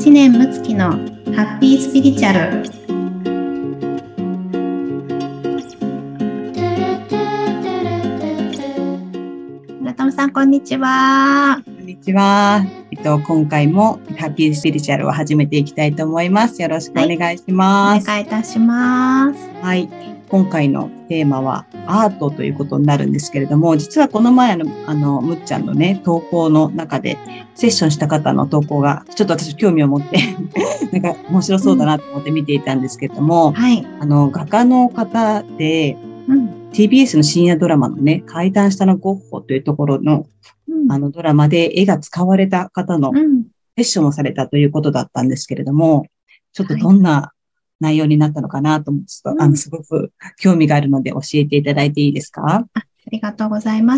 知念睦月のハッピースピリチュアル。村友さん、こんにちは。 こんにちは。今回もハッピースピリチュアルを始めていきたいと思います。よろしくお願いします。 お願いいたします。 はい。今回のテーマはアートということになるんですけれども、実はこの前むっちゃんのね、投稿の中で、セッションした方の投稿が、ちょっと私興味を持ってなんか面白そうだなと思って見ていたんですけれども、 はい。 画家の方で、TBS の深夜ドラマのね、階段下のゴッホというところの、ドラマで絵が使われた方のセッションをされたということだったんですけれども、ちょっとどんな内容になったのかなと思って、すごく興味があるので教えていただいていいですか？ ありがとうございます。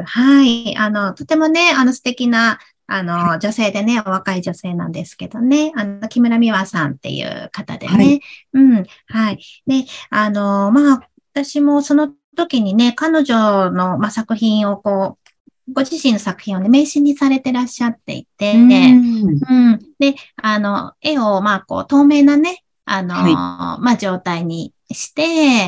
はい。とてもね、素敵な、女性でね、お若い女性なんですけどね、木村美和さんっていう方でね、はい。で、私もその時にね、彼女の、作品をご自身の作品をね、名刺にされてらっしゃっていて、で、絵を、透明なね、状態にして、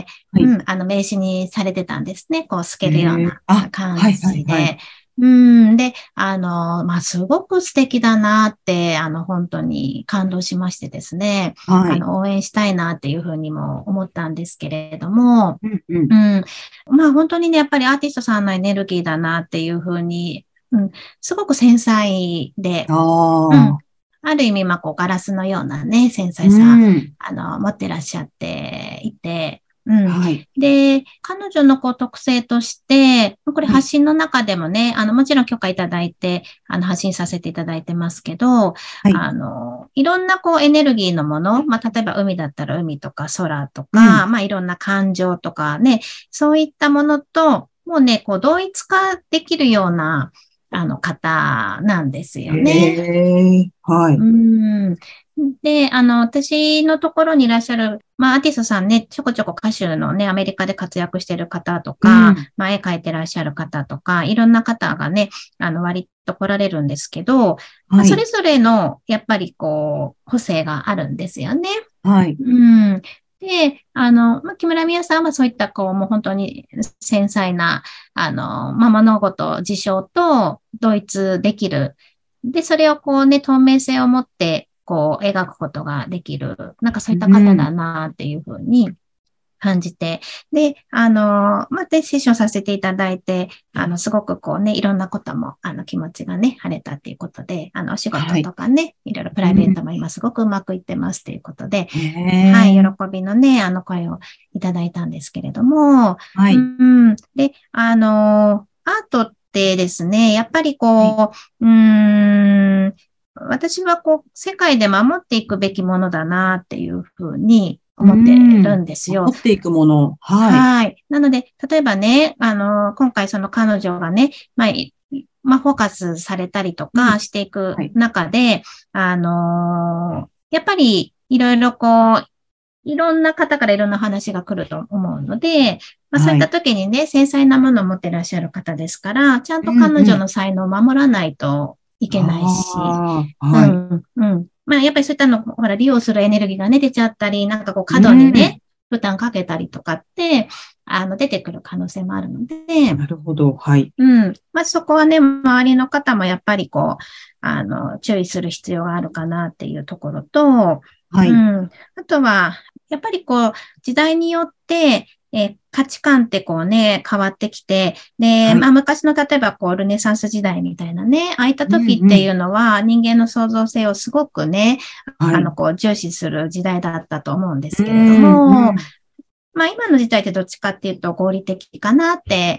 名刺にされてたんですね。透けるような感じで。で、すごく素敵だなって、本当に感動しましてですね、応援したいなっていうふうにも思ったんですけれども、本当にね、やっぱりアーティストさんのエネルギーだなっていうふうに、すごく繊細で、ある意味、ガラスのようなね、繊細さ、持ってらっしゃっていて、で、彼女の特性として、これ発信の中でもね、もちろん許可いただいて、発信させていただいてますけど、いろんなエネルギーのもの、例えば海だったら海とか空とか、いろんな感情とかね、そういったものと、もうね、同一化できるような、方なんですよね。で、私のところにいらっしゃる、アーティストさんね、ちょこちょこ歌手のね、アメリカで活躍している方とか、絵描いてらっしゃる方とか、いろんな方がね、割と来られるんですけど、それぞれの、やっぱり個性があるんですよね。で、木村美和さんはそういった、もう本当に繊細な、物事、事象と同一できる。で、それを透明性を持って、描くことができる。なんかそういった方だなっていうふうに感じて。で、で、セッションさせていただいて、すごくいろんなことも、気持ちがね、晴れたっていうことで、お仕事とかね、いろいろプライベートも今すごくうまくいってますということで、はい、喜びのね、声をいただいたんですけれども、で、アートってですね、やっぱり私は世界で守っていくべきものだなっていうふうに思ってるんですよ。 守っていくもの。 はい。なので、例えばね、今回その彼女がね、フォーカスされたりとかしていく中で、やっぱりいろいろいろんな方からいろんな話が来ると思うので、そういった時にね、繊細なものを持っていらっしゃる方ですから、ちゃんと彼女の才能を守らないといけないし、やっぱりそういったの、ほら、利用するエネルギーがね、出ちゃったり、なんか過度にね、負担かけたりとかって、出てくる可能性もあるので。 なるほど。はい。 そこはね、周りの方もやっぱり注意する必要があるかなっていうところと、あとは、やっぱり時代によって、価値観って変わってきて、で、昔の例えばルネサンス時代みたいなね、ああいった時っていうのは人間の創造性をすごくね、重視する時代だったと思うんですけれども、今の時代ってどっちかっていうと合理的かなって、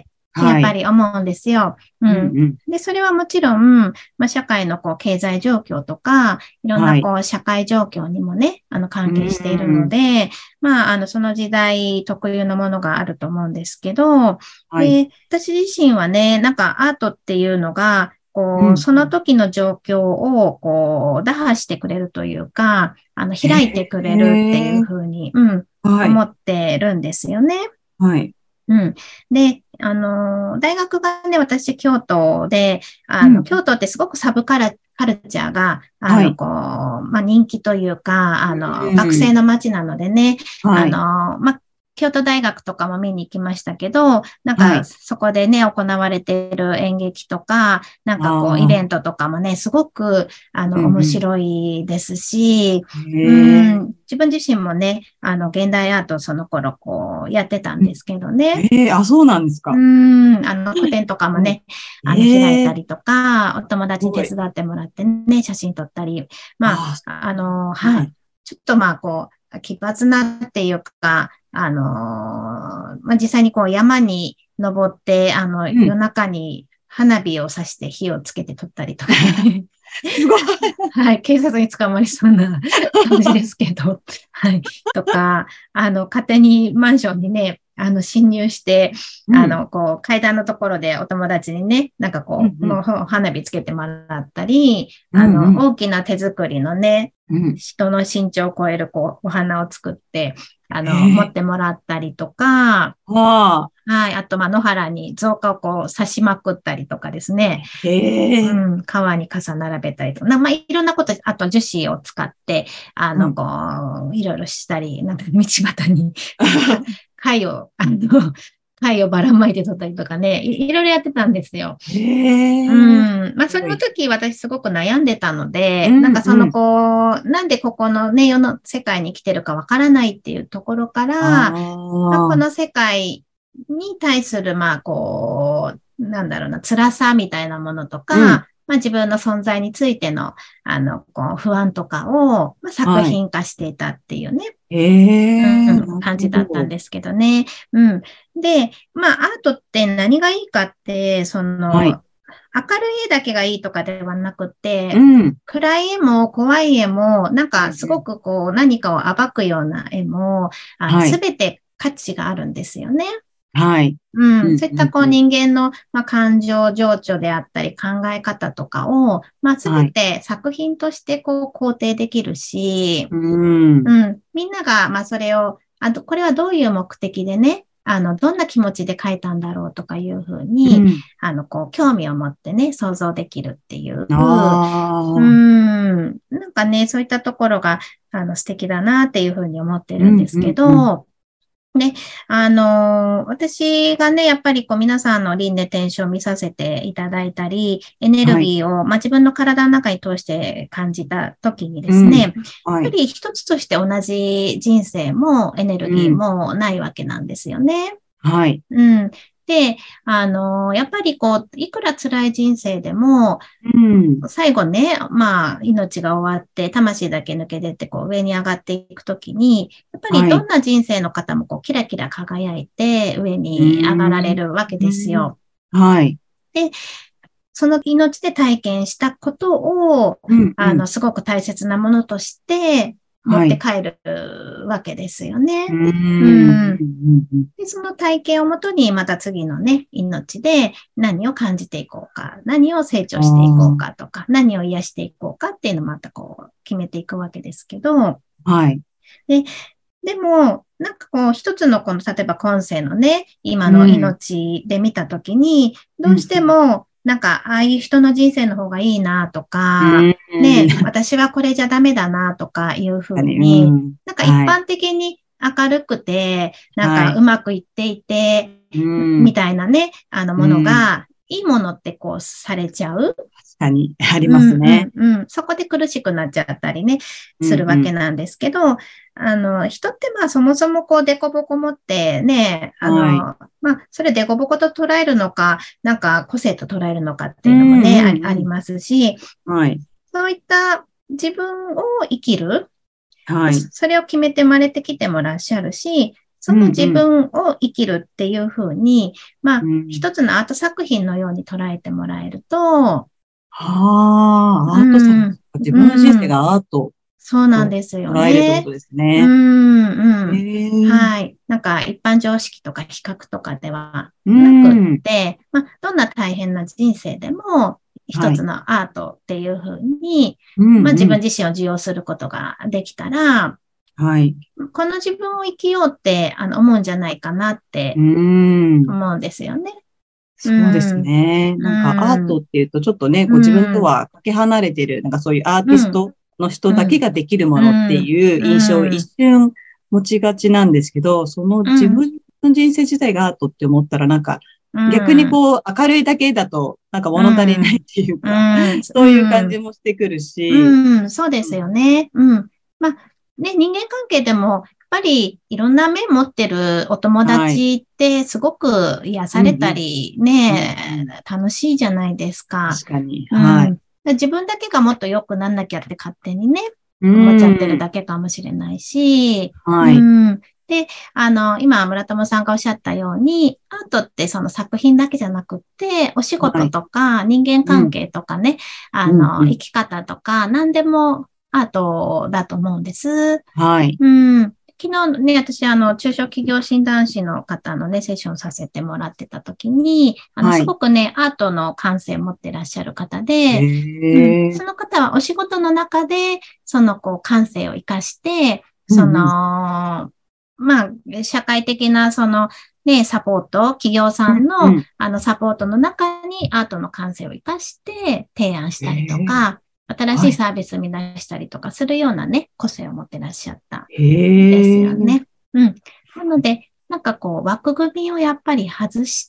やっぱり思うんですよ。で、それはもちろん、社会の経済状況とか、いろんな社会状況にもね、関係しているので、その時代特有のものがあると思うんですけど、で、私自身はね、なんかアートっていうのが、その時の状況を、打破してくれるというか、開いてくれるっていうふうに、思ってるんですよね。で、大学がね、私、京都で、京都ってすごくサブカルカルチャーが、 はい。 人気というか、学生うん。 の街なのでね、 はい。 京都大学とかも見に行きましたけど、なんかはい。 そこでね、行われている演劇とか、なんかこう、イベンああ。 トとかもね、すごく、面うん白いですし、 うん。へえ。 自分自身もね、現代アートをその頃、こう、やってたんですけどね。 あ、そうなんですか。 個展とかもはい。 ね、開いたりとか、お友達に手すごい。 伝ってもらってね、写真撮ったり、 あはい。 はい。 ちょっと奇抜なっていうか、実際にこう山に登って、 うん。 夜中に花火を刺して火をつけて撮ったりとかね。 すごい。 はい。警察に捕まりそうな感じですけど。はい。とか、勝手にマンションにね、侵入して、 うん。 階段のところでお友達にね、なんかうん。うん。 もう花火つけてもらったり、 うん。うん。 大きな手作りのね、 うん。 人の身長を超える、お花を作って、 へ持っえ。 てもらったりとか、 はあ。 はい。あと、野原に造花を刺しまくったりとかですね。 へえ。 川に傘並べたりとか、いろんなこと、あと樹脂を使って、 うん。 いろいろしたり、なんか道端に貝を、貝をばらまいて取ったりとかね、いろいろやってたんですよ。 へえ。すそごい。 の時私すごく悩んでたので、なんうん。 かうん。 なんでここのね、世の世界に来てるかわからないっていうところかあら、こあ。 の世界に対する、なんだろうな、辛さみたいなものとうん。 か、自分の存在についての、不安とかを、作はい。 品化していたっていうね、 へえ。なる感じだったんほど。 ですけどね。うん。で、アートって何がいいかって、 はい。 明るい絵だけがいいとかではなくうて、 ん。 暗い絵も怖い絵も、なんうん。うかすごん。 く何かを暴くような絵も、 はい。 すべて価値があるんですよね。 はい。うん。 そういったうん。うん。 人間の、感情情緒であったり考え方とかを、すべはい。 て作品として肯定できるし、 うん。 みんなが、それを、これはどういう目的でね、どんな気持ちで書いたんだろうとかいうふうに、 うん。 興味を持ってね、想像できるっていう、 ああ。 なんかね、そういったところが、素敵だなっていうふうに思ってうん。 るんですけうん。うん。 ど、ね、私がね、やっぱり皆さんの輪廻転生を見させていただいたり、エネルはい。 ギーを、自分の体の中に通して感じた時にでうん。 すね、やっぱはい。 り一つとして同じ人生もエネルギーうん。 もないわけなんですよね。 はい。 うん。で、やっぱりいくら辛い人生でも、 うん。 最後ね、命が終わって、魂だけ抜け出て、上に上がっていくときに、やっぱりはい。 どんな人生の方もキラキラ輝いて、上うに上がられん。 るわけうん。 ですよ。 はい。 で、その命で体験したことを、 うん。うん。 すごく大切なものとして持ってはい。 帰るわけですよね。 うん。 ううん。 ん。 うん。 で、その体験をもとに、また次のね、命で何を感じていこうか、何を成長していこうかとか、何を癒していこうかっていうのをまた決めていくわけですけど、 ああ。はい。 で、でも、なんか一つの例えば今世のね、今のうん。 命で見たときに、 うん。 どうしても、なんか、ああいう人の人生の方がいいなとか、 うん。うん。 ね、 確私はこれじゃダメだなとかいうふかに。ううに、 ん。 なんか一はい。 般的に明るくて、なんはい。 かうまくいっていて、 うん。 みたいなね、 うものん。 が、いいものってされちゃう。 確かに。ありうんますね。 そこで苦しくなっちゃったりね、するうん。うん。 わけなんですけど、人ってそもそもデコボコ持ってね、 はい。 それデコボコと捉えるのか、なんか個性と捉えるのかってういうのもね、 ん。うん。 ありうん。 ますし、 はい。 そういった自分を生きる、 はい。 それを決めて生まれてきてもらっしゃるし、そうん。 の自うん。 分を生きるっていうふうに、 うん。 一つのアート作品のように捉えてもらえると、 はあ、 うアート作、 ん、 自分の人うん、 生がアートそうなんとですよ捉えるってこね。 とですね。ええ。 はい。なんか一般常識とか比較とかではうなくっん。 て、どんな大変な人生でも一はい。 つのアートっていうふうに、 うん。うん。 自分自身を受容することができたら、 はい。 この自分を生きようって思うんじゃないかなっうてん。 思うんですよね。 そうですね。なんかアートっていうとちょっとね、こう自分とはかけ離れてる、なんかそういうアーティストの人だけができるものっていう印象を一瞬持ちがちなんですけど、その自分の人生自体がアートって思ったらなんか逆にこう明るいだけだとなんか物足りないっていうか、そういう感じもしてくるし。 そうですよね。まあ、ね、人間関係でも、やっぱりいろんな面持ってるお友達ってすごく癒されたりね、楽しいじゃないですか。 確かに。はい。 自分だけがもっと良くなんなきゃって勝手にね、思っちゃってるだけかもしれないし、 はい。 で、今、村友さんがおっしゃったように、アートってその作品だけじゃなくって、お仕事とか人間関係とかね、生き方とか、何でもアートだと思うんです。 はい。 昨日ね、私、中小企業診断士の方のね、セッションさせてもらってた時に、すごくね、アートの感性を持ってらっしゃる方で、その方はお仕事の中で、その、こう、感性を活かして、まあ、社会的な、その、ね、サポート、企業さんの、サポートの中にアートの感性を活かして提案したりとか、新しいサービスを生み出したりとかするようなね、個性を持ってらっしゃったんですよね。なので、なんかこう、枠組みをやっぱり外して、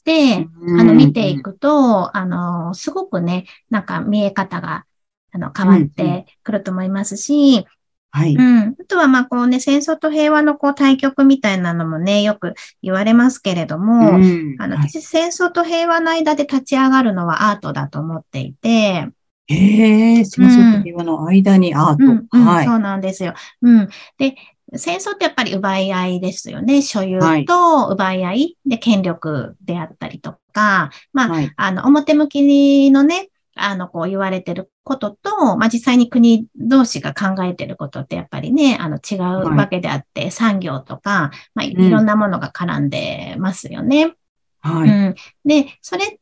見ていくと、すごくね、なんか見え方が、変わってくると思いますし、 はい。 あとは、まあ、こうね、戦争と平和のこう対局みたいなのもね、よく言われますけれども、私、戦争と平和の間で立ち上がるのはアートだと思っていて、 戦争と平和の間にアート。はい。 そうなんですよ。で、戦争ってやっぱり奪い合いですよね。所有と奪い合いで権力であったりとか、まあ、表向きのね、こう言われてることと、まあ、実際に国同士が考えてることってやっぱりね、違うわけであって、産業とか、まあ、いろんなものが絡んでますよね。で、それって、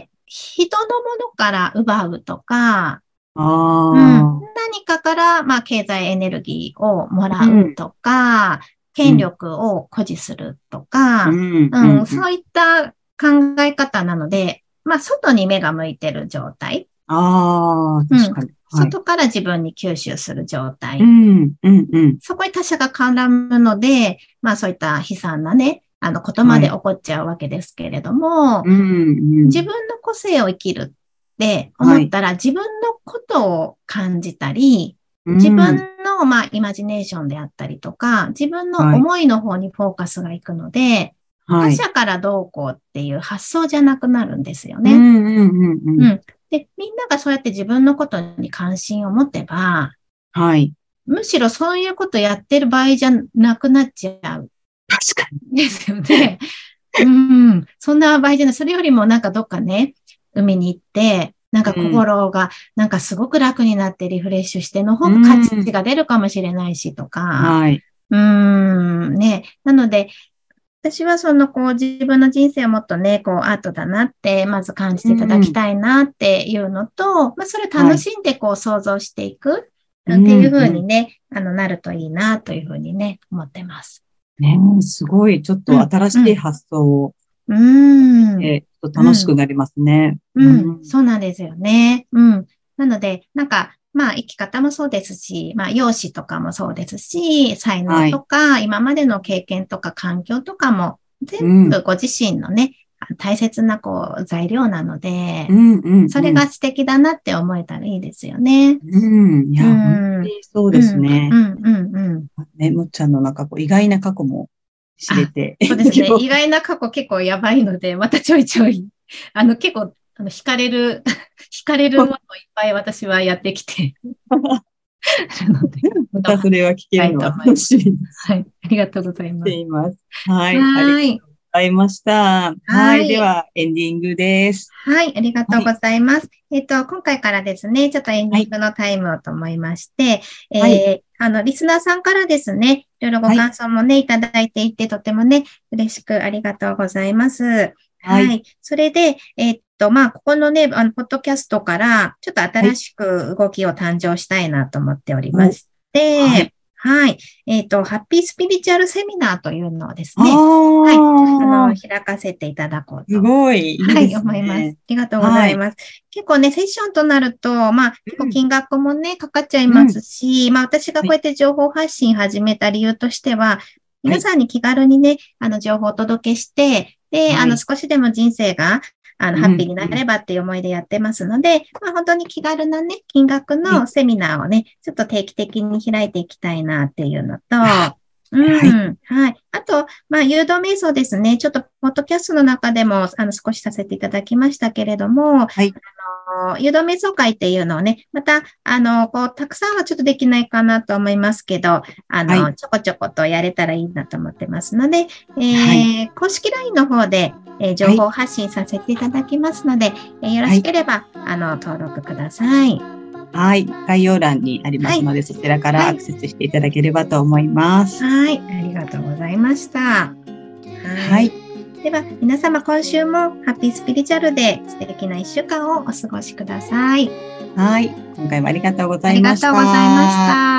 人のものから奪うとか、何かから、まあ、経済エネルギーをもらうとか、権力を誇示するとか、そういった考え方なので、まあ、外に目が向いてる状態。 確かに。 外から自分に吸収する状態。そこに他者が絡むので、まあ、そういった悲惨なね、ことまで起こっちゃうわけですけれども、自分の個性を生きるって思ったら、自分のことを感じたり、自分の、まあ、イマジネーションであったりとか、自分の思いの方にフォーカスがいくので、他者からどうこうっていう発想じゃなくなるんですよね。で、みんながそうやって自分のことに関心を持てば、むしろそういうことやってる場合じゃなくなっちゃう。 確かに。ですよね。そんな場合じゃない。それよりもなんかどっかね、海に行って、なんか心がなんかすごく楽になってリフレッシュしての方が価値が出るかもしれないしとか。ね。なので、私はそのこう自分の人生をもっとね、こうアートだなってまず感じていただきたいなっていうのと、まあそれ楽しんでこう想像していくっていうふうにね、なるといいなというふうにね、思ってます。 ね、すごいちょっと新しい発想を楽しくなりますね。 そうなんですよね。なので、なんか、まあ、生き方もそうですし、まあ、容姿とかもそうですし、才能とか、今までの経験とか環境とかも、全部ご自身のね、大切なこう材料なので、それが素敵だなって思えたらいいですよね。 いや、本当にそうですね。ね、むっちゃんのなんかこう意外な過去も知れて。 そうですね。意外な過去結構やばいので、またちょいちょい、結構、惹かれるものをいっぱい私はやってきて。 またそれは聞けるのは楽しみです。 はい。ありがとうございます。 はい。ありがとうございました。はい。では、エンディングです。 はい。ありがとうございます。今回からですね、ちょっとエンディングのタイムをと思いまして、リスナーさんからですね、いろいろご感想もね、いただいていて、とてもね、嬉しくありがとうございます。はい。それで、まあ、ここのね、ポッドキャストから、ちょっと新しく動きを誕生したいなと思っておりまして、 はい。ハッピースピリチュアルセミナーというのをですね、はい。開かせていただこうと。 すごい、いいですね。 はい、思います。ありがとうございます。結構ね、セッションとなると、結構金額もね、かかっちゃいますし、私がこうやって情報発信始めた理由としては、皆さんに気軽にね、情報をお届けして、で、少しでも人生が、ハッピーになればっていう思いでやってますので、本当に気軽なね、金額のセミナーをね、ちょっと定期的に開いていきたいなっていうのと、はい。あと、誘導瞑想ですね。ちょっと、ポッドキャストの中でも、少しさせていただきましたけれども、はい。誘導瞑想会っていうのをね、また、たくさんはちょっとできないかなと思いますけど、ちょこちょことやれたらいいなと思ってますので、公式 LINE の方で、情報発信させていただきますので、よろしければ、登録ください。 はい。概要欄にありますので、そちらからアクセスしていただければと思います。 はい。ありがとうございました。はい。では、皆様今週もハッピースピリチュアルで素敵な1週間をお過ごしください。 はい。今回もありがとうございました。 ありがとうございました。